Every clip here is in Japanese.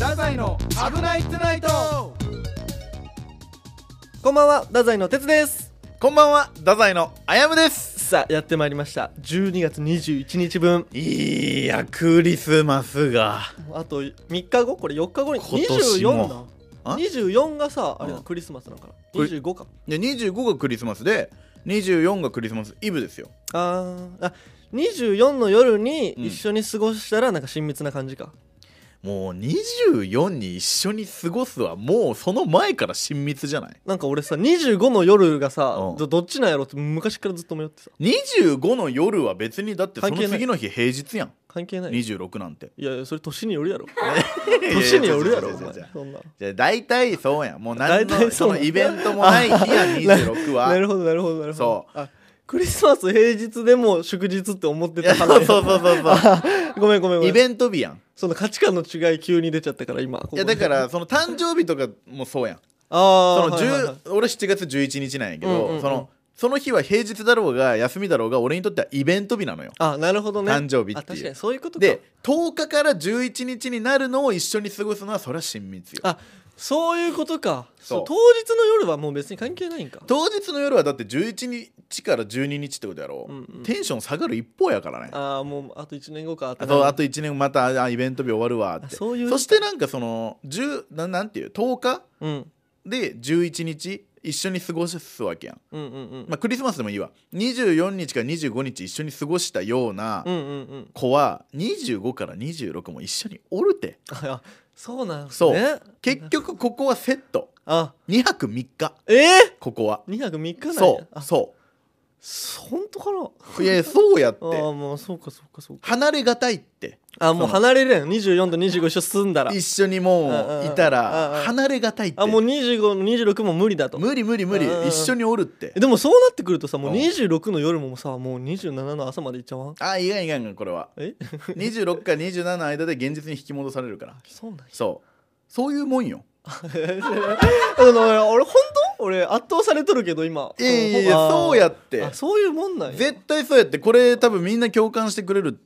太宰の危ないトゥナイト。 こんばんは、太宰の哲です。 こんばんは、太宰のあやむです。 さあやってまいりました。12月21日分。 いや、クリスマスがあと3日後、これ4日後に今年も 24な。24がさ、あれクリスマスなんかな。25か。 で25がクリスマスで24がクリスマスイブですよ。 24の夜に一緒に過ごしたらなんか親密な感じか。 もう24に一緒に過ごすはもうその前から親密じゃない。 なんか俺さ25の夜がさ、 うんどっちなんやろって昔からずっと思ってさ。 25の夜は別にだってその次の日平日やん。 関係ない。 26なんて。 いやそれ年によるやろ。年によるやろお前。そんな。 じゃあ大体そうやん。もう何のそのイベントもない日や26は。 なるほどなるほどなるほど。 そう。 クリスマス平日でも祝日って思ってたから。 そうごめんイベント日やん。 その価値観の違い急に出ちゃったから今。 いやだからその誕生日とかもそうやん。俺7月11日なんやけど、その日は平日だろうが休みだろうが俺にとってはイベント日なのよ。 なるほどね。 誕生日っていう。 確かにそういうことか。 で10日から11日になるのを一緒に過ごすのはそれは親密よ。 そういうことか。 そう当日の夜はもう別に関係ないんか。 当日の夜はだって11日から12日ってことやろ、テンション下がる一方やからね。 もうあと1年後か。 あと1年後またイベント日終わるわって。そしてなんかそのなんていう10日、で11日一緒に過ごすわけやん。クリスマスでもいいわ。24日から25日一緒に過ごしたような子は25から26も一緒におるて。 そうなんすそうね。 結局ここはセット。2泊3日。ここは 2泊3日なんや。 そう本当かな。 いやそうやって。 もうそうか離れがたいって。 もう離れれん。24と25一緒住んだら一緒にもういたら離れがたいって。 もう25の26も無理だと。 無理一緒におるって。 でもそうなってくるとさ、もう26の夜もさもう27の朝まで行っちゃわん。 いかんこれは26から27の間で現実に引き戻されるから。そういうもんよ。 俺本当俺圧倒されとるけど今。 そうやって。 そういうもんなんや。 絶対そうやって。これ多分みんな共感してくれるって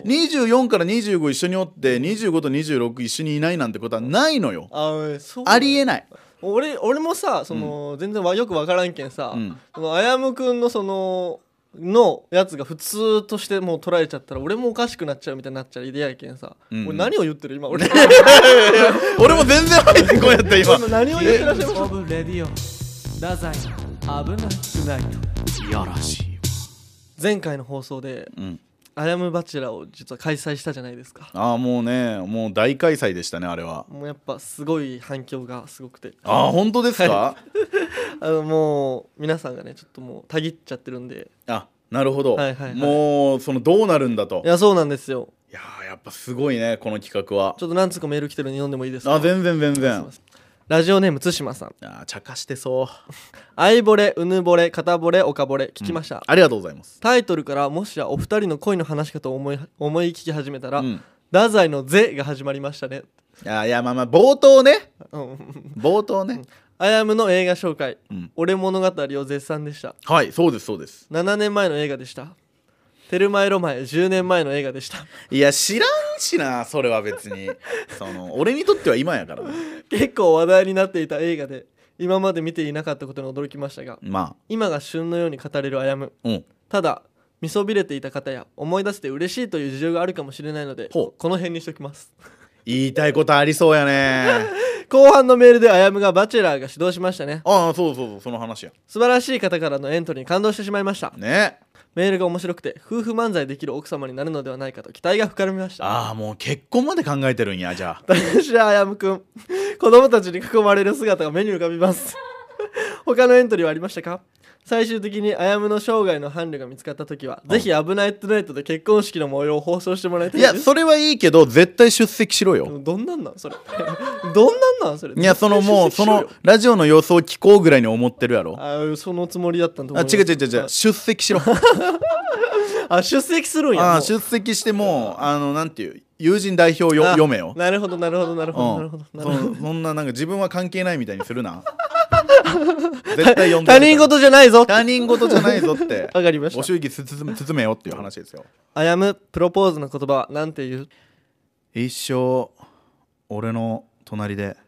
。24から25一緒におって25と26一緒にいないなんてことはないのよ。ありえない。 俺もさ全然よく分からんけんさ、あやむくんのやつが普通としてもう捉えちゃったら俺もおかしくなっちゃうみたいになっちゃう嫌やけんさ、俺何を言ってる今。俺も全然入ってこうやった今。 何を言ってらっしゃいます。 オブレディオ太宰の危ないトゥナイト。 いやらしい前回の放送で、あやむバチェラーを実は開催したじゃないですか。 もう大開催でしたねあれは。 もうやっぱすごい反響がすごくて。 本当ですか。 もう皆さんがねちょっともうたぎっちゃってるんで。 なるほど。もうどうなるんだと。 いやそうなんですよ。 いややっぱすごいねこの企画は。 ちょっと何つかメール来てるんで読んでもいいですか。 全然。 ラジオネーム対馬さん。 茶化してそう。 愛ぼれ、うぬぼれ、片ぼれ、おかぼれ聞きました、 ありがとうございます。 タイトルからもしやお二人の恋の話かと思い聞き始めたら、太宰のゼが始まりましたね。 冒頭ね。冒頭ね。 あやむの映画紹介、俺物語を絶賛でした。 そうです 7年前の映画でした。テルマエロマエ10年前の映画でした。 いや知らんしなそれは別に俺にとっては今やからね。 結構話題になっていた映画で今まで見ていなかったことに驚きましたが、今が旬のように語れるあやむ、ただ見そびれていた方や思い出せて嬉しいという事情があるかもしれないのでこの辺にしときます。 言いたいことありそうやね。 後半のメールであやむがバチェラーが始動しましたね。 そうその話や。 素晴らしい方からのエントリーに感動してしまいましたね。 メールが面白くて夫婦漫才できる奥様になるのではないかと期待が膨らみました。 もう結婚まで考えてるんや。じゃあ私はあやむくん子供たちに囲まれる姿が目に浮かびます他のエントリーはありましたか。最終的にあやむの生涯の伴侶が見つかった時は、ぜひ危ないトゥナイトで結婚式の模様を放送してもらいたいです。 いやそれはいいけど絶対出席しろよ。 どんなんなんそれどんなんなんそれ。 いやもうそのラジオの様子を聞こうぐらいに思ってるやろ。 そのつもりだったんと思います。 違う出席しろ出席するんや。 出席してもなんていう友人代表読めよ。 なるほどそんななんか自分は関係ないみたいにするな絶対呼んで他人事じゃないぞってわかりました。 ご祝儀包めよっていう話ですよ。 あやむプロポーズの言葉はなんて言う。 一生俺の隣で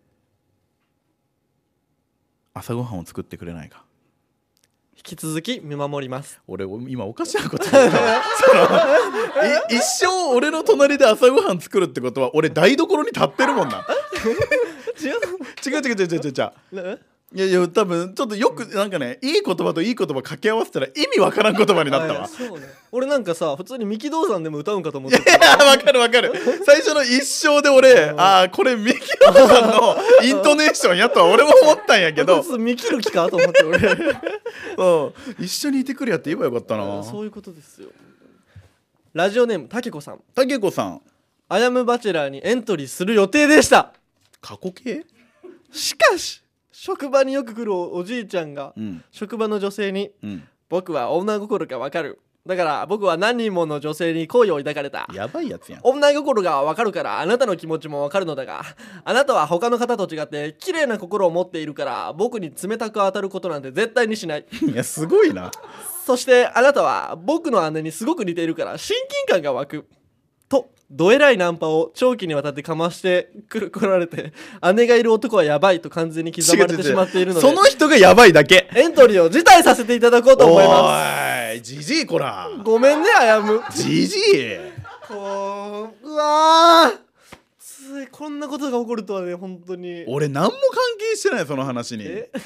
朝ごはんを作ってくれないか。 引き続き見守ります。 俺今おかしなこと言った一生俺の隣で朝ごはん作るってことは俺台所に立ってるもんな。違ういや多分ちょっとよくなんかね、いい言葉といい言葉掛け合わせたら意味わからん言葉になったわ。 そうね、俺なんかさ普通に三木道山でも歌うんかと思ってた。いやわかる最初の一生で俺これ三木道山のイントネーションやとは俺も思ったんやけど見切る気かと思って俺一緒にいてくれやって言えばよかったな。 そういうことですよ。ラジオネームたけこさん。 アヤムバチェラーにエントリーする予定でした。 過去形。 しかし職場によく来るおじいちゃんが、職場の女性に、僕は女心がわかる、だから僕は何人もの女性に好意を抱かれた。 やばいやつやん。 女心がわかるからあなたの気持ちもわかるのだが、あなたは他の方と違って綺麗な心を持っているから僕に冷たく当たることなんて絶対にしない。 いやすごいな。 そしてあなたは僕の姉にすごく似ているから親近感が湧くとどえらいナンパを長期にわたってかまして来られて、姉がいる男はやばいと完全に刻まれてしまっているので、 その人がやばいだけ。 エントリーを辞退させていただこうと思います。 おいじじいこら、 ごめんねあやむじじい。 うわー、こんなことが起こるとはね、本当に俺何も関係してないその話に。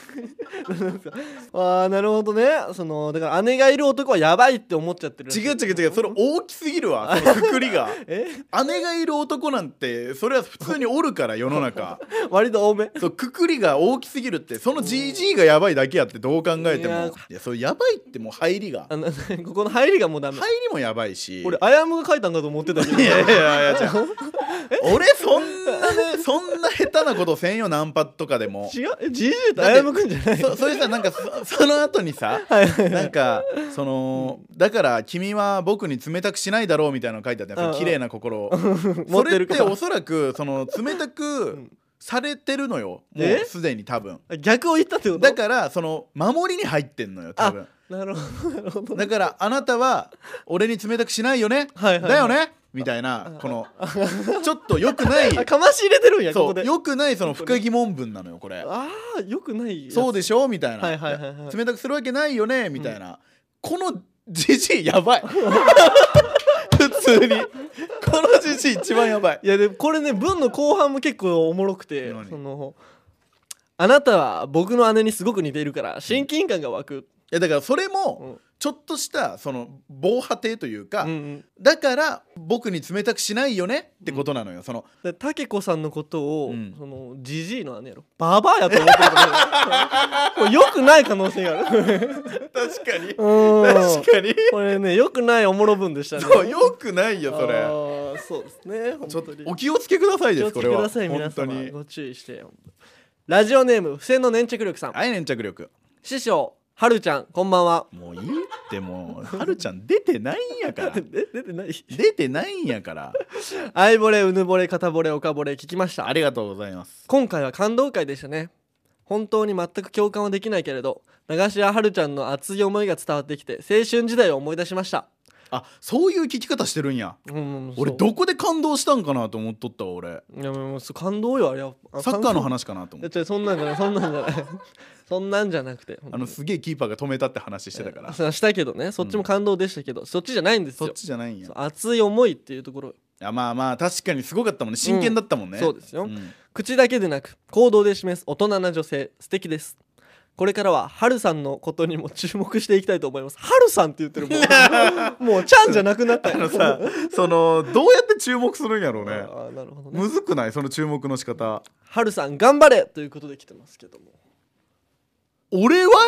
ああなるほどね。だから姉がいる男はやばいって思っちゃってる。 違うそれ大きすぎるわ、そのくくりが姉がいる男なんてそれは普通におるから世の中割と多め。 そうくくりが大きすぎるって、その GG がやばいだけやってどう考えても。いやそれやばいってもう入りがここの入りがもうダメ。 入りもやばいし、 俺あやむが書いたんかと思ってたけど。 いや俺そんな下手なことせんよ、ナンパとかでも。 違う、GG とあやむくんじゃない。 それさ、なんかその後にさなんかだから君は僕に冷たくしないだろうみたいなの書いてあったよ、綺麗な心をそれっておそらく冷たくされてるのよ、もうすでに多分。 逆を言ったってことだから守りに入ってんのよ多分。 なるほど。 だからあなたは俺に冷たくしないよね、だよねみたいな、このちょっと良くないかまし入れてるんや。 そうここで良くない深疑問文なのよこれ。 ああ良くない。 そうでしょみたいな、冷たくするわけないよねみたいな、このジジイやばい普通にこのジジイ一番やばい。 いやでもこれね、文の後半も結構おもろくて、あなたは僕の姉にすごく似ているから親近感が湧く。 いやだからそれもちょっとした防波堤というか、だから僕に冷たくしないよねってことなのよ。 たけこさんのことをジジイの姉やろババアやと思ってるからこれよくない可能性がある。 確かにこれねよくないおもろ文でしたね。 そうよくないよそれ。 そうですね、 ちょっとお気をつけくださいです。これは皆様ご注意して。ラジオネーム付箋の粘着力さん。 はい、粘着力。 師匠はるちゃんこんばんは。 もういいってもうはるちゃん出てないんやから出てないんやから。 愛ぼれうぬぼれ片ぼれおかぼれ聞きました。 ありがとうございます。 今回は感動会でしたね。本当に全く共感はできないけれど流しははるちゃんの熱い思いが伝わってきて青春時代を思い出しました。 あ、そういう聞き方してるんや。俺どこで感動したんかなと思っとったわ俺。 いやもう感動よあれは。 サッカーの話かなと思って。 そんなんじゃないそんなんじゃなくてすげえキーパーが止めたって話してたから。 したけどね、そっちも感動でしたけど、そっちじゃないんですよ。 そっちじゃないんや。 熱い思いっていうところ。 いやまあ確かにすごかったもんね。真剣だったもんね。 そうですよ、口だけでなく行動で示す大人な女性、素敵です。これからははるさんのことにも注目していきたいと思います。はるさんって言ってるもうちゃんじゃなくなったよ。 さどうやって注目するんやろうね。 なるほどね。 むずくない？その注目の仕方。 はるさん頑張れということで来てますけども。 俺は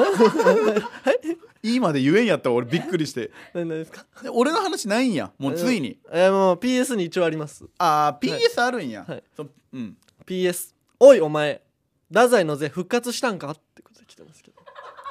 今で言えんやったら俺びっくりして。 何ですか？ 俺の話ないんやもうついに。 もう PS に一応あります。 PS あるんや。 PS おいお前太宰のぜ復活したんかってことで来てますけど。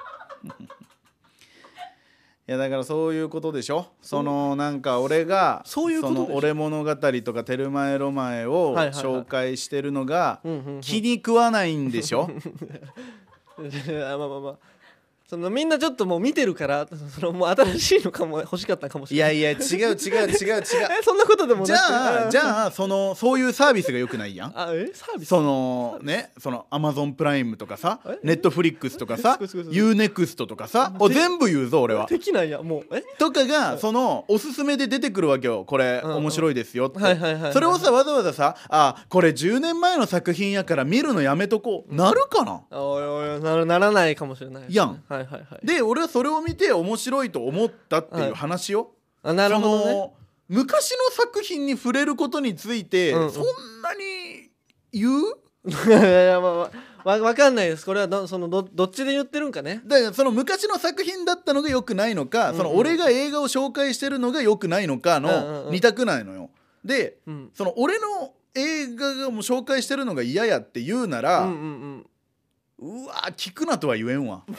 いやだからそういうことでしょ。なんか俺が俺物語とかテルマエロマエを紹介してるのが気に食わないんでしょ。 そのみんなちょっともう見てるからそのもう新しいのかも欲しかったかもしれない。 いやいや違うそんなことでもなくじゃあそういうサービスが良くないやん。 サービスそのねそのアマゾンプライムとかさネットフリックスとかさユーネクストとかさ全部言うぞ俺は。 できないやもうとかがそのおすすめで出てくるわけよ。これ面白いですよって。それをさわざわざさこれ10年前の作品やから見るのやめとこうなるかな。 おいならないかもしれないやん。で俺はそれを見て面白いと思ったっていう話よ。 なるほどね。 昔の作品に触れることについて、そんなに言ういや分かんないです。これはどっちで言ってるんかね。 だからその昔の作品だったのが良くないのか、その俺が映画を紹介してるのが良くないのかの二択ないのよ。で、その俺の映画がもう紹介してるのが嫌やって言うなら、うわ聞くなとは言えんわ。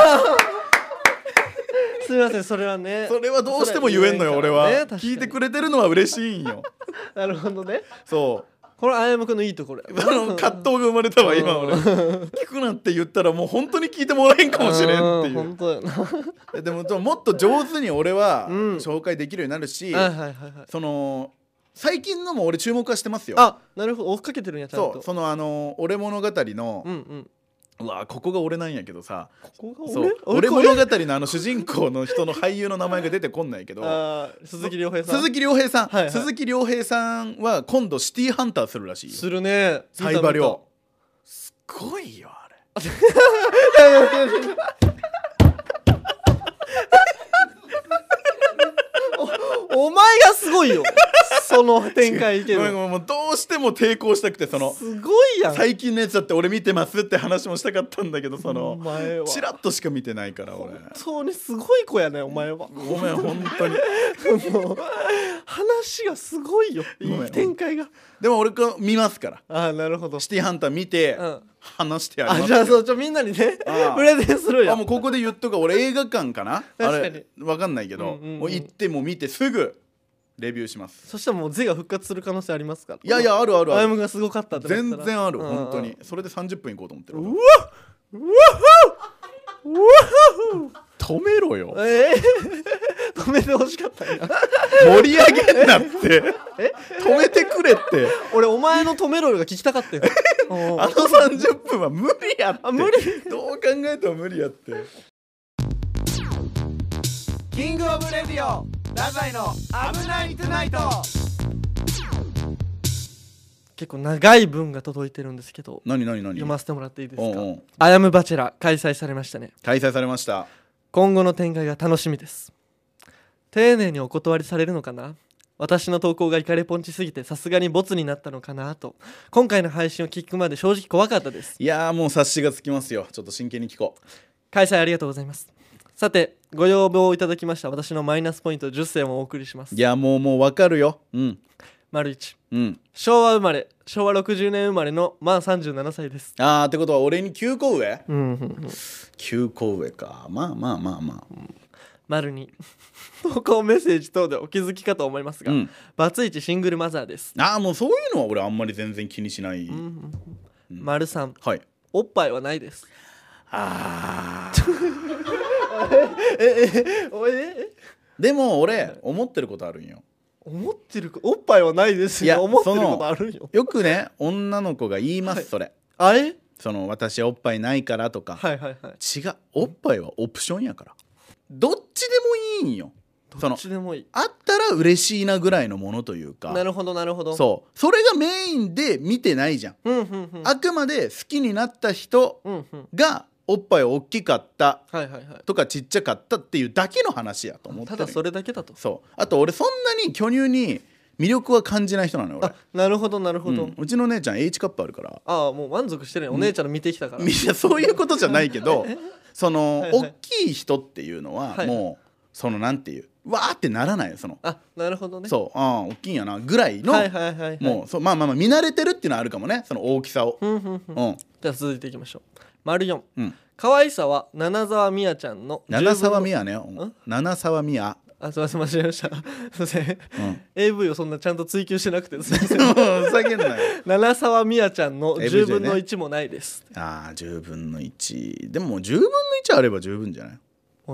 すみませんそれはね。 それはどうしても言えんのよ俺は。聞いてくれてるのは嬉しいんよ。 なるほどね。 そうこれあやむくんのいいところや。 葛藤が生まれたわ今俺。聞くなって言ったらもう本当に聞いてもらえんかもしれんっていう。 本当やな。 でももっと上手に俺は紹介できるようになるし、その最近のも俺注目はしてますよ。 なるほど追っかけてるんやちゃんと。 そうその俺物語のうわここが俺なんやけどさ、俺物語の主人公の人の俳優の名前が出てこんないけど鈴木亮平さん。 鈴木亮平さんは今度シティーハンターするらしいよ。 するね。 冴羽亮すごいよあれ。 お前がすごいよ。その展開いける。 もうどうしても抵抗したくてすごいやん。 最近のやつだって俺見てますって話もしたかったんだけどチラッとしか見てないから俺。 本当にすごい子やねお前は。 ごめん本当に。 話がすごいよ。いい展開が。 でも俺見ますから。 なるほど。 シティハンター見て話してやりますよ。 じゃあみんなにねプレゼンするよ。 もうここで言っとく。俺映画館かなあれ分かんないけど行っても見てすぐレビューします。 そしたらもうゼが復活する可能性ありますから。 いやあるあやむがすごかったって全然ある本当に。それで30分行こうと思ってる。止めろよ。 止めてほしかったんや。 盛り上げんなって。止めてくれって。 俺お前の止めろよが聞きたかったよ。 あの30分は無理やって。 無理。 どう考えても無理やって。 キングオブレディオ太宰の危ないトゥナイト。 結構長い文が届いてるんですけど、 何読ませてもらっていいですか。アヤムバチェラ開催されましたね。 開催されました。 今後の展開が楽しみです。丁寧にお断りされるのかな。私の投稿がイカレポンチすぎてさすがにボツになったのかなと今回の配信を聞くまで正直怖かったです。 いやもう察しがつきますよ。ちょっと真剣に聞こう。 開催ありがとうございます。さてご要望をいただきました私のマイナスポイント10選をお送りします。 いやもう分かるよ。 丸1、昭和生まれ昭和60年生まれの満37歳です。 ってことは俺に9個上。9個上か。まあ、 丸2、投稿メッセージ等でお気づきかと思いますが、バツイチシングルマザーです。 もうそういうのは俺あんまり全然気にしない。 丸3、 はい、 おっぱいはないです。 でも俺思ってることあるんよ。 思ってるおっぱいはないですよ。思ってることあるんよ。 よくね女の子が言います、それ。その私おっぱいないからとか、違う、おっぱいはオプションやから。どっちでもいいんよ。 どっちでもいい。 あったら嬉しいなぐらいのものというか。 なるほどなるほど。 そうそれがメインで見てないじゃん。あくまで好きになった人がおっぱい大きかったとかちっちゃかったっていうだけの話やと思ってる。 ただそれだけだと。 そうあと俺そんなに巨乳に魅力は感じない人なのよ俺。 なるほどなるほど。 うちの姉ちゃん H カップあるから。 もう満足してるよ。お姉ちゃんの見てきたから。 いやそういうことじゃないけどその大きい人っていうのはもうそのなんていうわーってならないよ。 なるほどね。 そう大きいんやなぐらいのもうまあ見慣れてるっていうのはあるかもね、その大きさを。 じゃあ続いていきましょう。丸4、可愛さは七沢美也ちゃんの七沢美也ね。七沢美也あ、すいません、間違えました。すいません、AV をそんなちゃんと追求してなくてすいません。 ふざけんなよ。 七沢美也ちゃんの10分の1もないです。 ああ、10分の1でも10分の1あれば十分じゃない？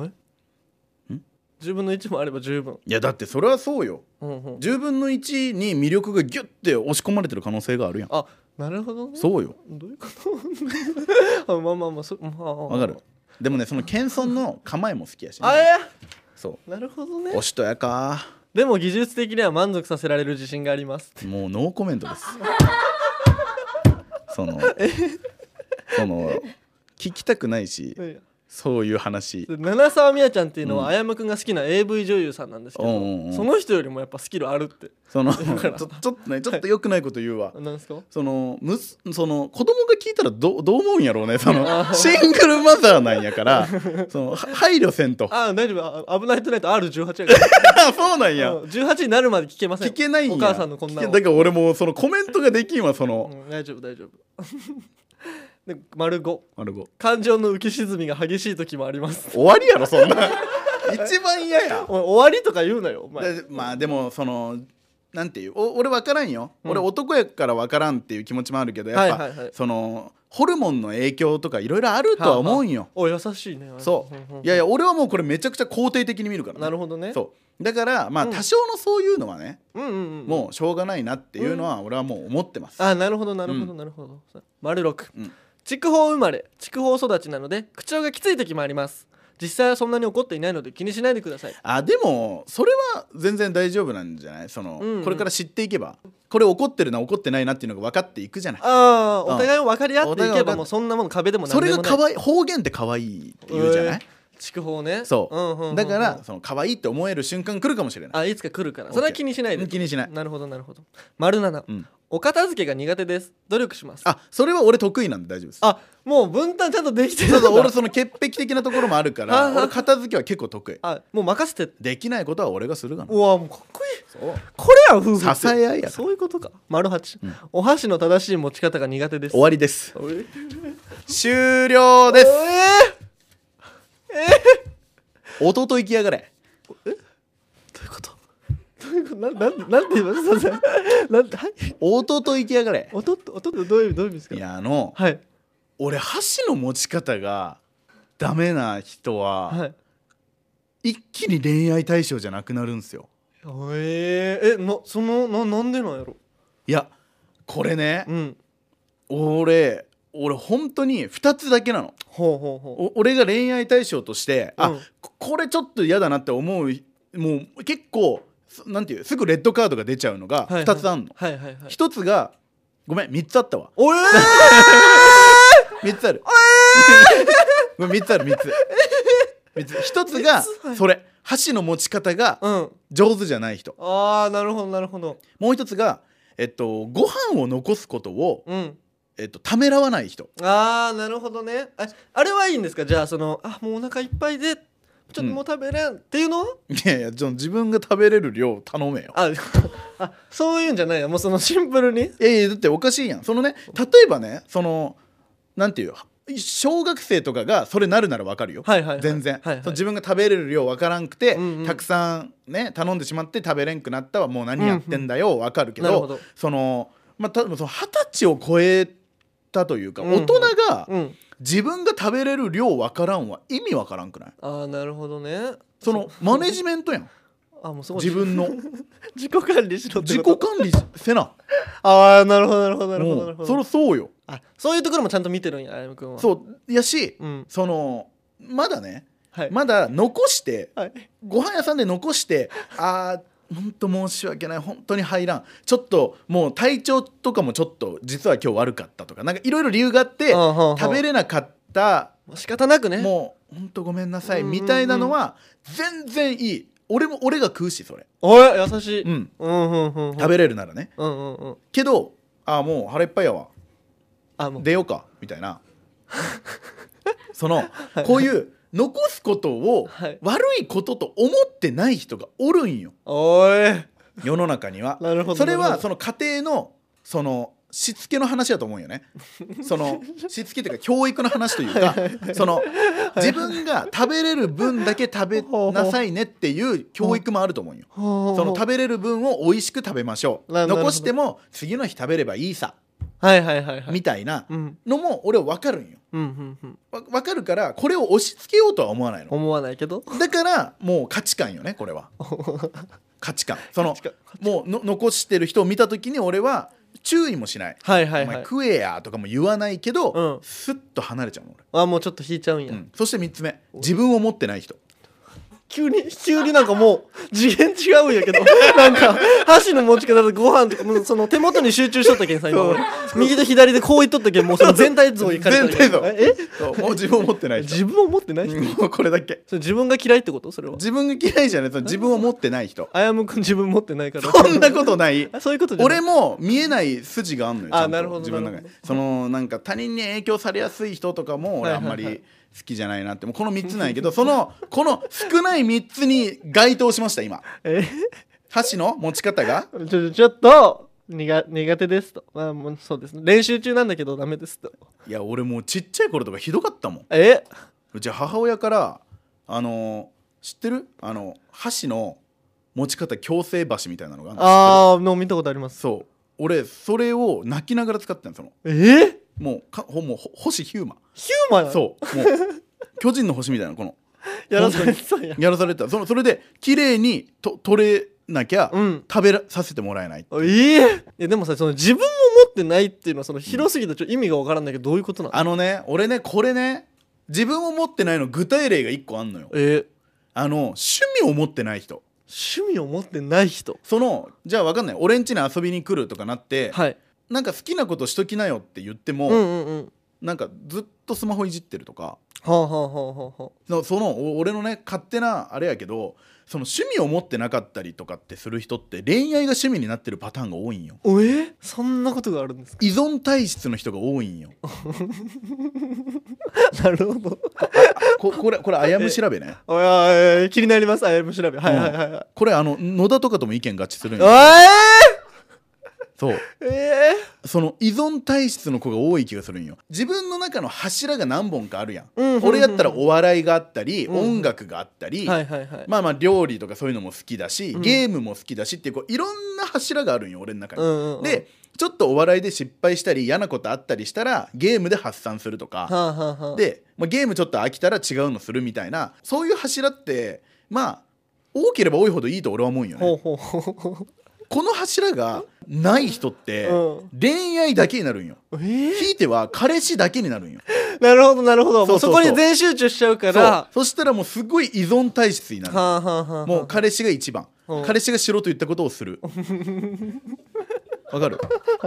10分の1もあれば十分。 いやだってそれはそうよ、10分の1に魅力がギュッて押し込まれてる可能性があるやん。 あ、なるほどね。 そうよ。 どういうことまあまあまあ、 わかる。でもね、その謙遜の構えも好きやし、ね、そう、 なるほどね。 おしとやか。 でも技術的には満足させられる自信があります。 もうノーコメントです。その聞きたくないし、そういう話。 七沢美也ちゃんっていうのは、あやむくんが好きな AV 女優さんなんですけど、その人よりもやっぱスキルあるって。ちょっと良くないこと言うわ。 なんですか？ その子供が聞いたらどう思うんやろうね。シングルマザーなんやから配慮せんと。 大丈夫。危ないトゥナイト R18 やから。 そうなんや。 18になるまで聞けません。 聞けないんや。 お母さんのこんなの。 だから俺もそのコメントができんわ。 大丈夫で、丸5、感情の浮き沈みが激しい時もあります。 終わりやろそんな。一番嫌や。 終わりとか言うなよお前。 まあでもなんていう、俺分からんよ、俺男やから分からんっていう気持ちもあるけど、やっぱ、ホルモンの影響とかいろいろあるとは思うんよ。 優しいね。 そういや俺はもうこれめちゃくちゃ肯定的に見るから、ね、 なるほどね。 そうだからまあ多少のそういうのはね、もうしょうがないなっていうのは俺はもう思ってます。 なるほど。丸6、筑豊生まれ筑豊育ちなので口調がきつい時もあります。実際はそんなに怒っていないので気にしないでください。 でもそれは全然大丈夫なんじゃない？これから知っていけば、これ怒ってるな怒ってないなっていうのが分かっていくじゃない。 お互いを分かり合っていけばもうそんなもの壁でも何でもない。 それが可愛い、方言って可愛いって言うじゃない。 筑豊ね。 そうだから可愛いって思える瞬間来るかもしれない。 いつか来るからそれは気にしないで。 気にしない。 なるほど。丸7、お片付けが苦手です。努力します。 それは俺得意なんで大丈夫です。 もう分担ちゃんとできてるんだ。 俺潔癖的なところもあるから俺片付けは結構得意。 もう任せて。できないことは俺がするがな。 うわもうかっこいい。これや夫婦って支え合いや。 そういうことか。丸8、お箸の正しい持ち方が苦手です。 終わりです。終了です。弟行きやがれ。 どういうこと？なんて言いました？ 弟行きやがれ。 弟どういう意味ですか？ いや俺箸の持ち方がダメな人は、一気に恋愛対象じゃなくなるんですよ。 なんでなんやろ。 いやこれね、俺本当に2つだけなの。俺が恋愛対象として、これちょっと嫌だなって思う、もう結構なんていうすぐレッドカードが出ちゃうのが2つあんの。1つがごめん3つあったわ。3つある。3つある。1つがそれ箸の持ち方が上手じゃない人。 なるほど。 もう1つがご飯を残すことをためらわない人。 なるほどね。あれはいいんですか？じゃあもうお腹いっぱいでちょっともう食べれんっていうのは？いや自分が食べれる量頼めよ。 そういうんじゃないよ。もうシンプルに。 だっておかしいやん。例えばねなんていう小学生とかがそれなるならわかるよ。全然自分が食べれる量わからんくて、たくさんね頼んでしまって食べれんくなったはもう何やってんだよわかるけど、多分20歳を超えたというか、大人が自分が食べれる量わからんは意味わからんくない？ なるほどね。 マネジメントやん。 もうそこ自分の自己管理しろって自己管理せな。 なるほど。 そうよ。 そういうところもちゃんと見てるんやあやむくんは。 そうやし、まだね、まだ残して、ご飯屋さんで残して本当申し訳ない本当に入らん、ちょっともう体調とかもちょっと実は今日悪かったとかなんかいろいろ理由があって食べれなかった、 仕方なくね、 もう本当ごめんなさいみたいなのは全然いい。俺が食うしそれ。 優しい。 食べれるならね。けどもう腹いっぱいやわ、出ようかみたいなこういう残すことを悪いことと思ってない人がおるんよ世の中には。それは家庭のしつけの話だと思うよね。そのしつけというか教育の話というかその自分が食べれる分だけ食べなさいねっていう教育もあると思うよ。その食べれる分を美味しく食べましょう、残しても次の日食べればいいさ、みたいなのも俺は分かるんよ。分かるからこれを押し付けようとは思わないの。 思わないけど、 だからもう価値観よねこれは。価値観、そのもう残してる人を見た時に俺は注意もしない、お前食えやとかも言わないけど、スッと離れちゃうの俺。 もうちょっと引いちゃうんや、 そして3つ目、自分を持ってない人。 急になんかもう次元違うんやけどなんか箸の持ち方でご飯とかもその手元に集中しとったけんさ、今右と左でこういっとったけん、もうその全体像にかれた全体像もう自分を持ってない人。 自分を持ってない人、 もうこれだけ。 それ自分が嫌いってこと？それは自分が嫌いじゃない、その自分を持ってない人。 あやむくん自分持ってないからそんなことない。 そういうことじゃない。 俺も見えない筋があんのよ。 あ、なるほど。 自分の中でそのなんか他人に影響されやすい人とかも俺あんまり好きじゃないなって。もうこの3つなんやけど、この少ない3つに該当しました今。箸の持ち方がちょっと苦手ですと。もうそうですね、練習中なんだけどダメですと。 いや俺もうちっちゃい頃とかひどかったもん。うち母親から知ってる箸の持ち方矯正箸みたいなのがあるの。見たことあります。 そう、俺それを泣きながら使ってんの。もう星ヒューマン。そうもう巨人の星みたいな、このやらされてたんや。 やらされてた。それで綺麗に取れなきゃ食べさせてもらえない。 でもさ、その自分を持ってないっていうのはその広すぎて意味がわからんだけど、どういうことなの？ 俺ねこれね、自分を持ってないの具体例が1個あんのよ。趣味を持ってない人。 趣味を持ってない人。 じゃあ分かんない、俺ん家に遊びに来るとかなって、なんか好きなことしときなよって言っても、なんかずっとスマホいじってるとか、俺のね勝手なあれやけど、その趣味を持ってなかったりとかってする人って恋愛が趣味になってるパターンが多いんよ。 そんなことがあるんですか？ 依存体質の人が多いんよ。 なるほど。 これあやむ調べね。 気になります、あやむ調べ。 これ野田とかとも意見合致するんよ。そう、その依存体質の子が多い気がするんよ。自分の中の柱が何本かあるやん。俺やったらお笑いがあったり、音楽があったり、まあ料理とかそういうのも好きだし、ゲームも好きだしっていういろんな柱があるんよ俺の中に。でちょっとお笑いで失敗したり嫌なことあったりしたらゲームで発散するとかで、ゲームちょっと飽きたら違うのするみたいな、そういう柱ってまあ多ければ多いほどいいと俺は思うんよね。この柱がない人って恋愛だけになるんよ。ひいては彼氏だけになるんよ。 なるほどなるほど。もうそこに全集中しちゃうから、 そしたらもうすごい依存体質になる。もう彼氏が一番、彼氏がしろと言ったことをする。わかる？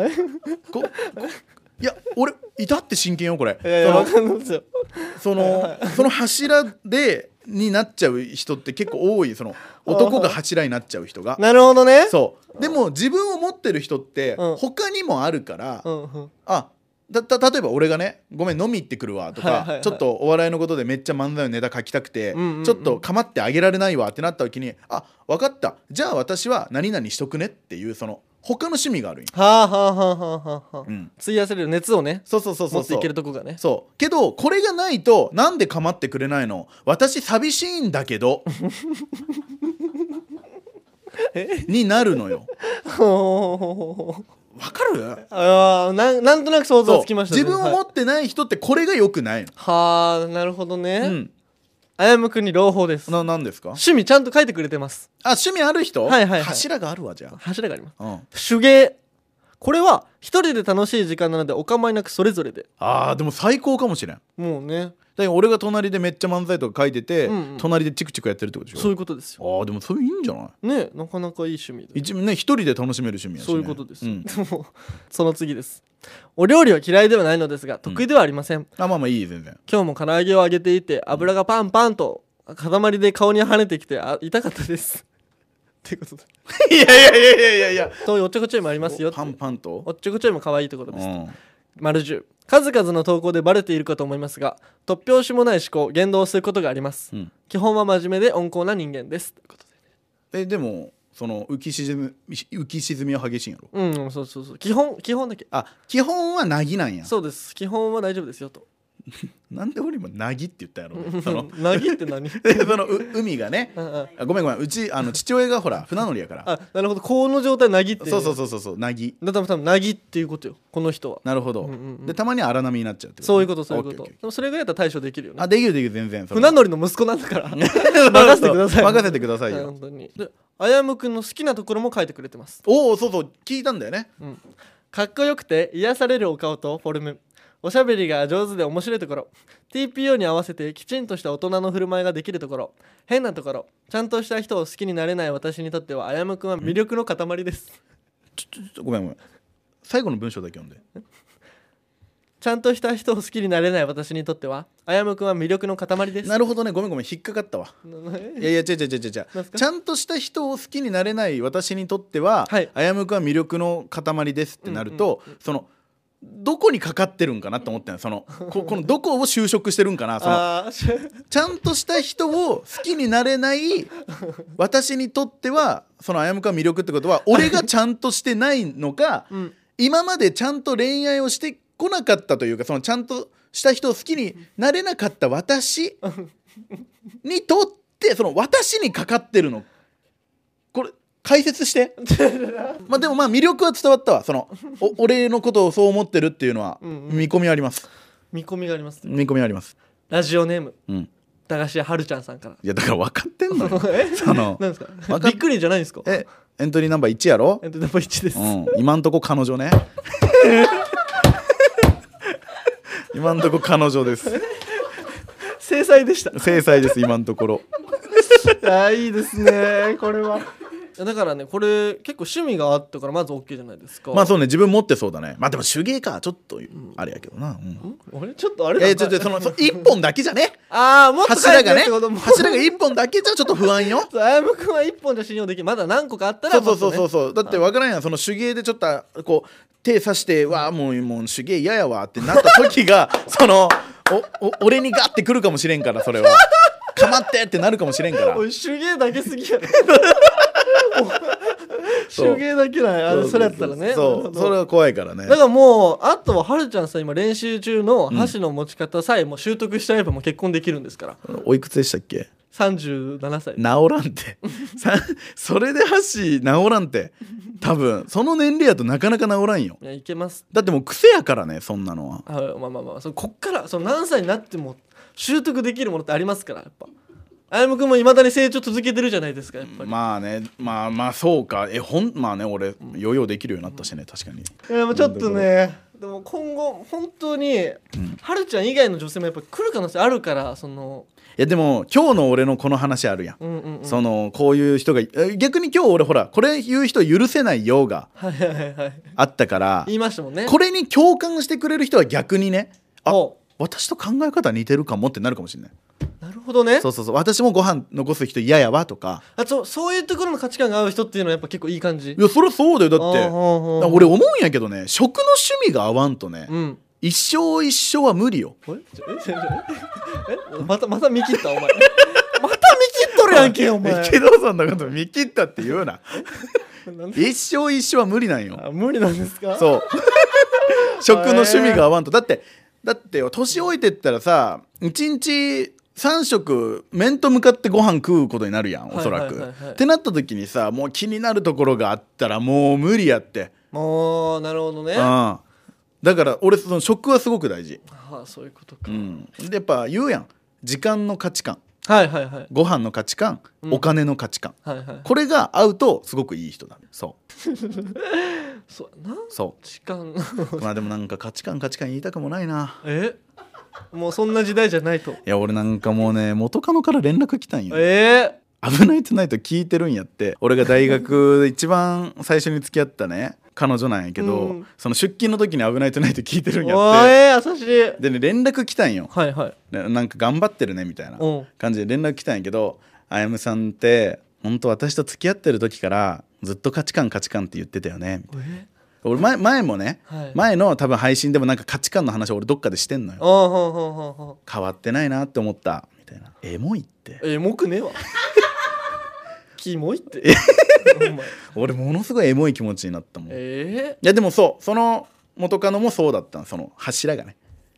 いや俺至って真剣よこれ。その柱でになっちゃう人って結構多い。その男が柱になっちゃう人が。 なるほどね。 そうでも自分を持ってる人って他にもあるから、例えば俺がねごめん飲み行ってくるわとか、ちょっとお笑いのことでめっちゃ漫才のネタ書きたくて、ちょっと構ってあげられないわってなった時に、分かった、じゃあ私は何々しとくねっていう、その他の趣味があるんよ。 費やせる熱をね、 持っていけるとこがね。 そうけどこれがないとなんで構ってくれないの、私寂しいんだけどになるのよ。わかる？ なんとなく想像つきました。 自分を持ってない人ってこれが良くないの。なるほどね。あやむくんに朗報です。 何ですか？ 趣味ちゃんと書いてくれてます。 趣味ある人？ 柱があるわ。じゃあ柱があります。手芸。これは一人で楽しい時間なのでお構いなくそれぞれで。 でも最高かもしれん。 もうね、 だから俺が隣でめっちゃ漫才とか書いてて、隣でチクチクやってるってことでしょ。 そういうことですよ。 でもそれいいんじゃないね。なかなかいい趣味で、 一人で楽しめる趣味やしね。 そういうことです。その次です。お料理は嫌いではないのですが得意ではありません。 まあいい、全然。 今日も唐揚げを揚げていて油がパンパンと塊で顔に跳ねてきて痛かったですっていうことで。いやそういうおっちょこちょいもありますよ。 パンパンとおっちょこちょいも可愛いところです。丸10。数々の投稿でバレているかと思いますが、突拍子もない思考言動をすることがあります。基本は真面目で温厚な人間ですということで。でもその浮き沈みは激しいんやろ。 うんそうそうそう、基本だけ。 基本はなぎなんや。 そうです、基本は大丈夫ですよと。 なんで俺今なぎって言ったやろなぎって何その海がねごめんうち父親がほら船乗りやから。 なるほど、この状態なぎって。 そうなぎだから多分なぎっていうことよこの人は。 なるほど、でたまに荒波になっちゃうってこと、 そういうことでもそれぐらいだったら対処できるよね。 できる全然。 船乗りの息子なんだから任せてください。 任せてくださいよ本当に。であやむくんの好きなところも書いてくれてます。 そう聞いたんだよね。 かっこよくて癒されるお顔とフォルム、おしゃべりが上手で面白いところ、 TPO に合わせてきちんとした大人の振る舞いができるところ、変なところ、ちゃんとした人を好きになれない私にとってはあやむくんは魅力の塊です。 ごめん最後の文章だけ読んで。 ちゃんとした人を好きになれない私にとってはあやむくんは魅力の塊です。 なるほどね、ごめん引っかかったわ。いや違うちゃんとした人を好きになれない私にとっては、あやむくんは魅力の塊ですってなると、そのどこにかかってるんかなと思ってんの。そのこのどこを修飾してるんかな。そのちゃんとした人を好きになれない私にとってはそのあやむくんは魅力ってことは俺がちゃんとしてないのか、今までちゃんと恋愛をしてこなかったというか、そのちゃんとした人を好きになれなかった私にとってその私にかかってるの、これ解説してでも魅力は伝わったわ。その俺のことをそう思ってるっていうのは見込みあります。 見込みあります。ラジオネーム、駄菓子屋はるちゃんさんから。 いやだから分かってんのよそのなんですかびっくりじゃないんですか。 エントリーナンバー1やろ。 エントリーナンバー1です、 今んとこ彼女ね今んとこ彼女です。 制裁でした。 制裁です今のところいいですねこれは。だからねこれ結構趣味があったからまず OK じゃないですか。 そうね、自分持ってそうだね。でも手芸かちょっとあれやけどな。 俺ちょっとあれだその1本だけじゃねもっと柱が1本だけじゃちょっと不安よ。 あやむくんは1本じゃ信用できる。まだ何個かあったらそうだって分からんやん。その手芸でちょっとこう手刺してもう手芸嫌やわってなった時がその俺にガッてくるかもしれんから、それはかまってってなるかもしれんから。 おい手芸だけすぎやね手芸だけないそれやったらね。 それは怖いからね。 だからもうあとははるちゃんさん今練習中の箸の持ち方さえも習得しちゃえばもう結婚できるんですから。 おいくつでしたっけ ？37歳。 治らんてそれで箸治らんて多分その年齢やとなかなか治らんよ。 いけます。 だってもう癖やからねそんなのは。 こっから何歳になっても習得できるものってありますから。やっぱあやむくんもいまだに成長続けてるじゃないですか。やっぱりそうか。俺ヨーヨーできるようになったしね。確かに。 ちょっとねでも今後本当にはるちゃん以外の女性もやっぱ来る可能性あるから。 いやでも今日の俺のこの話あるやん、そのこういう人が逆に今日俺ほらこれ言う人許せないようがあったから言いましたもんね。 これに共感してくれる人は逆にね私と考え方似てるかもってなるかもしれない。 なるほどね。 そう私もご飯残す人嫌やわとかそういうところの価値観が合う人っていうのはやっぱ結構いい感じ。 いやそりゃそうだよ。だって俺思うんやけどね、食の趣味が合わんとね、一生は無理よ。 また見切ったお前また見切っとるやんけお前。 池田さんのこと見切ったって言うな一生は無理なんよ。 無理なんですか。 そう食の趣味が合わんと。だって年老いてったらさ1日3食面と向かってご飯食うことになるやんおそらく。ってなった時にさもう気になるところがあったらもう無理やって。 なるほどね。 だから俺その食はすごく大事。 そういうことか。 でやっぱ言うやん時間の価値観、ご飯の価値観、お金の価値観、これが合うとすごくいい人だ。そうそうやな。時間でもなんか価値観言いたくもないな。 もうそんな時代じゃないと。 いや俺なんかもうね元カノから連絡来たんよ。危ないトゥナイト聞いてるんやって。俺が大学で一番最初に付き合ったね彼女なんやけど、その出勤の時に危ないトゥナイト聞いてるんやって。 優しい。 でね連絡来たんよ。 なんか頑張ってるねみたいな感じで連絡来たんやけど、あやむさんって本当私と付き合ってる時からずっと価値観って言ってたよねみたいな。俺前もね、前の多分配信でもなんか価値観の話を俺どっかでしてんのよ。変わってないなって思ったみたいな。エモいって。 エモくねえわキモいって俺ものすごいエモい気持ちになったもん。いやでもそう、その元カノもそうだったの、その柱がね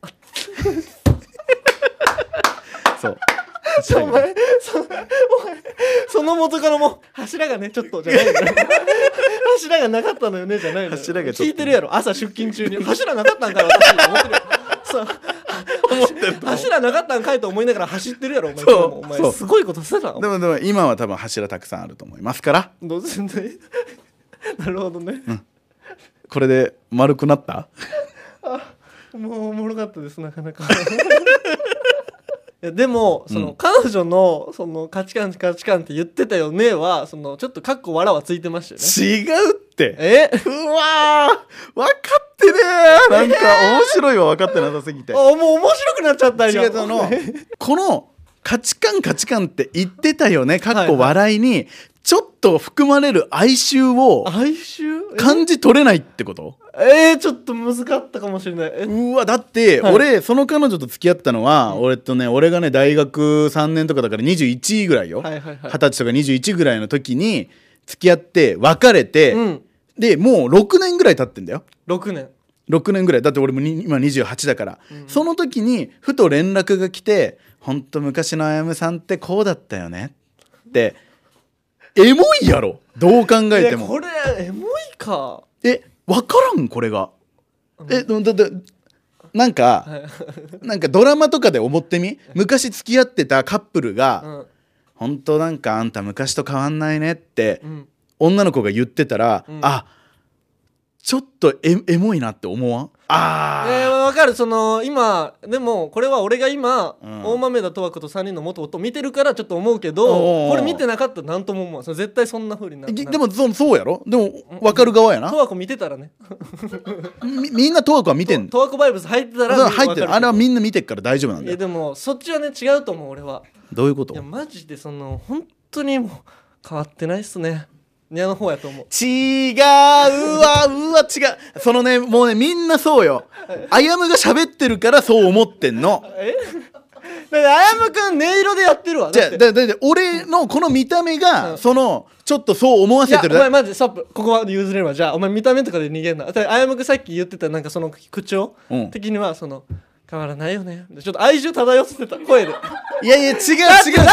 そうお前その元カノも柱がねちょっとじゃないの柱がなかったのよねじゃないのよ。 柱がちょっと聞いてるやろ、朝出勤中に柱なかったんかよ私思ってるよそう柱なかったんかいと思いながら走ってるやろお前すごいことしてた。 でも今は多分柱たくさんあると思いますからどうせねなるほどね、 これで丸くなったもうおもろかったですなかなかいやでもその、彼女のその価値観って言ってたよねはそのちょっとかっこ笑はついてましたよね。 違うってうわー分かってねーなんか面白いわ分かってなさすぎてもう面白くなっちゃったよ。 違うこの価値観って言ってたよねかっこ笑いにちょっと含まれる哀愁を感じ取れないってこと？ ちょっと難かったかもしれない。 うわだって、俺その彼女と付き合ったのは、俺がね大学3年とかだから21ぐらいよ、20歳とか21ぐらいの時に付き合って別れて、でもう6年ぐらい経ってんだよ。6年ぐらいだって俺も今28だから、その時にふと連絡が来てほんと昔のあやむさんってこうだったよねってエモいやろどう考えても。 これエモいか。 分からんこれが。だってなんかドラマとかで思ってみ、昔付き合ってたカップルが、本当なんかあんた昔と変わんないねって、女の子が言ってたら、あちょっとエモいなって思わん？ 分かる。その今でもこれは俺が今、大豆田十和子と3人の元夫見てるからちょっと思うけど、これ見てなかったら何とも思わん。絶対そんな風になる。 でもそうやろ。でも分かる側やな。 十和子見てたらねみんな十和子は見てんの。 十和子バイブス入ってたら入ってる。あれはみんな見てっから大丈夫なんだよ。 でもそっちはね違うと思う俺は。 どういうこと？ いやマジでその本当にもう変わってないっすね。ニャの方やと思う。 違うわ違う。そのねもうねみんなそうよ。あやむが喋ってるからそう思ってんの。 だってあやむくん音色でやってるわ。 だって俺のこの見た目が、そのちょっとそう思わせてる。 いやお前マジストップ、ここは譲れるわ。じゃあお前見た目とかで逃げんな。あやむくんさっき言ってたなんかその口調、的にはその変わらないよね。ちょっと愛情漂ってた声で。 いや違う。じ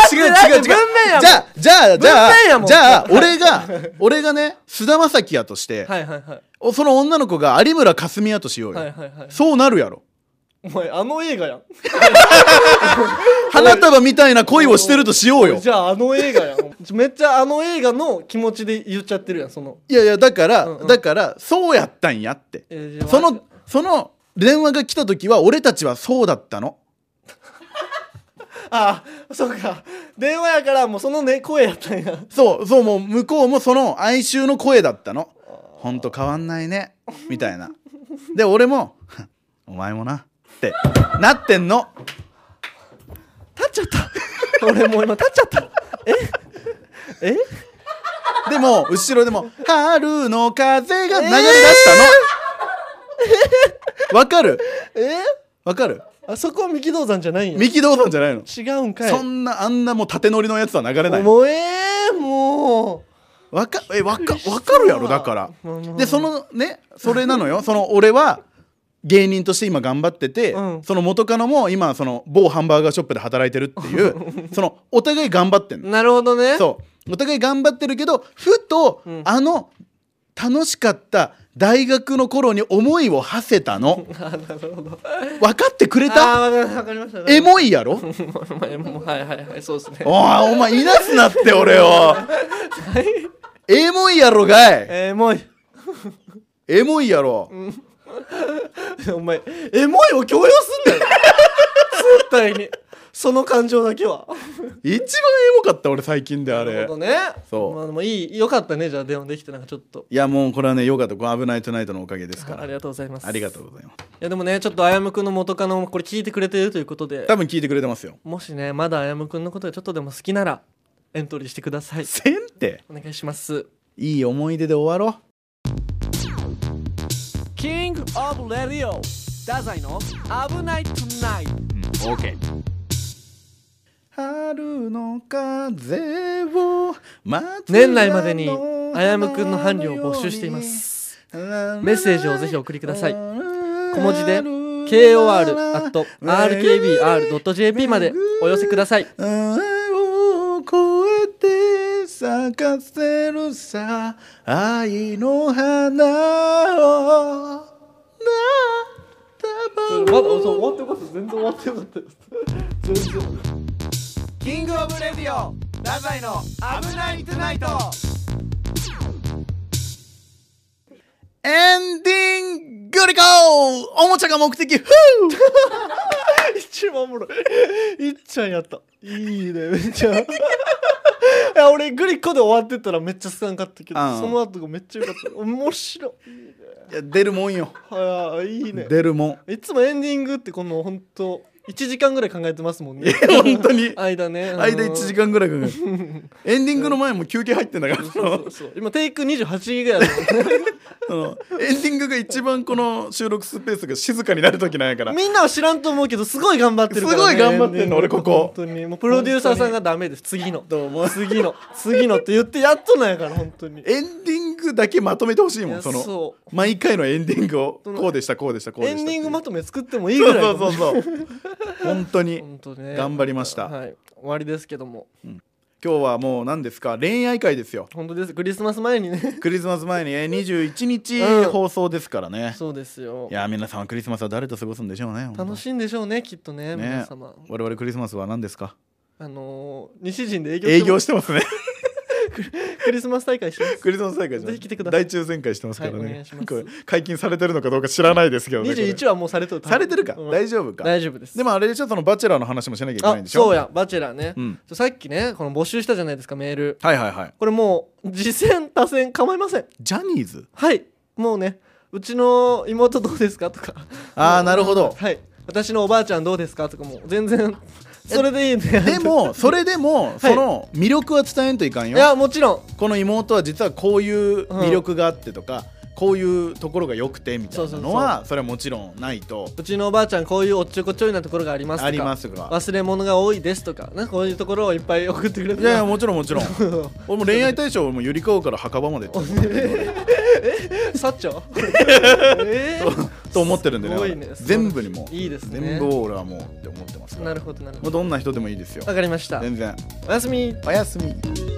ゃあ俺がね菅田将暉やとして、その女の子が有村架純やとしようよ。そうなるやろ。 お前あの映画やん花束みたいな恋をしてるとしようよ。 じゃあ映画やんめっちゃ映画の気持ちで言っちゃってるやん。そのいやだからそうやったんやって。その電話が来た時は俺たちはそうだったの。 そうか。電話やからもうそのね声やったんや。 そうもう向こうもその哀愁の声だったの。ほんと変わんないねみたいな。で俺もお前もなってなってんの。 立っちゃった俺もう今立っちゃったでも後ろでも春の風が流れ出したの。わかる？わかる？ そこは三木道山じゃないんや。 三木道山じゃないの。 違うんかい。 そんなあんなもう縦乗りのやつは流れない。 もうもうわかるやろ。だからでそのねそれなのよ。その俺は芸人として今頑張ってて、その元カノも今その某ハンバーガーショップで働いてるっていうそのお互い頑張ってんの。 なるほどね。 そうお互い頑張ってるけどふと、楽しかった大学の頃に思いを馳せたの。 なるほど。 分かってくれた？ 分かりました。 エモいやろ。 はいそうですね。 お前いなすなって俺を。エモいやろがい。エモいやろ。 お前エモいを強要すんだよ絶対に。その感情だけは一番エモかった俺最近であれ。 なるほどね。そうでもよかったね。じゃあ電話できてなんかちょっと。 いやもうこれはねよかった。この危ないトゥナイトのおかげですから。 ありがとうございます。 ありがとうございます。いやでもねちょっとあやむくんの元カノもこれ聞いてくれてるということで。 多分聞いてくれてますよ。 もしねまだあやむくんのことがちょっとでも好きならエントリーしてください。 せんってお願いします。 いい思い出で終わろう。 キングオブレディオ太宰の危ないトゥナイト。 OK。 春の風を待つ。 年内までにあやむくんの伴侶を募集しています。メッセージをぜひお送りください。小文字で kor@rkbr.jp までお寄せください。 を越えて咲かせるさ愛の花を。 まだ終わってよかった。全然終わってよかったです。全然。 キングオブレディオ太宰の危ないトゥナイト。 エンディングリコー。おもちゃが目的。 一番おもろい。いっちゃんやった。いいねめっちゃ。いや俺グリコで終わってたらめっちゃ好かんかったけど、その後がめっちゃ良かった。面白い。いいね。 いや出るもんよ。 いいね。 出るもん。 いつもエンディングってこの本当1時間ぐらい考えてますもんね。 本当に間ね。 間1時間ぐらい考えて。エンディングの前も休憩入ってんだから。 そう今テイク28ぐらいだ。 エンディングが一番この収録スペースが静かになる時なんやから。 みんなは知らんと思うけどすごい頑張ってるからね。 すごい頑張ってんの俺ここ。 本当にもうプロデューサーさんがダメです。次のどうも次のって言ってやっとなんやから本当に。 エンディングだけまとめてほしいもん。その毎回のエンディングをこうでしたこうでしたこうでした。 エンディングまとめ作ってもいいぐらい。 そう本当に頑張りました。 はい終わりですけども。 今日はもう何ですか恋愛会ですよ。 本当です。クリスマス前にね。 クリスマス前に21日放送ですからね。 そうですよ。 いや皆さんクリスマスは誰と過ごすんでしょうね。 楽しいんでしょうねきっとね皆様。 我々クリスマスは何ですか。 西陣で営業してますね。 クリスマス大会してます。 クリスマス大会ぜひ来てください。大抽選会してますからね。 お願いします。 解禁されてるのかどうか知らないですけどね。 21はもうされてるか。大丈夫か。 大丈夫です。 でもあれでしょそのバチェラーの話もしなきゃいけないんでしょ。 そうやバチェラーね。さっきねこの募集したじゃないですかメール。 はい。 これもう次戦他戦構いません。 ジャニーズ。 はいもうねうちの妹どうですかとか。 なるほど。 はい私のおばあちゃんどうですかとかもう全然。それでいいね。 でもそれでもその魅力は伝えんといかんよ。 いやもちろんこの妹は実はこういう魅力があってとか、こういうところが良くてみたいなのはそれはもちろんないと。 うちのおばあちゃんこういうおっちょこちょいなところがありますとか忘れ物が多いですとかなんかこういうところをいっぱい送ってくれて。 いやもちろん俺も恋愛対象もゆりかごから墓場までサッチョと思ってるんでね。全部にもいいですね。 全部を俺はもうって思ってますから。 なるほどもうどんな人でもいいですよ。 わかりました。 全然。 おやすみ。 おやすみ。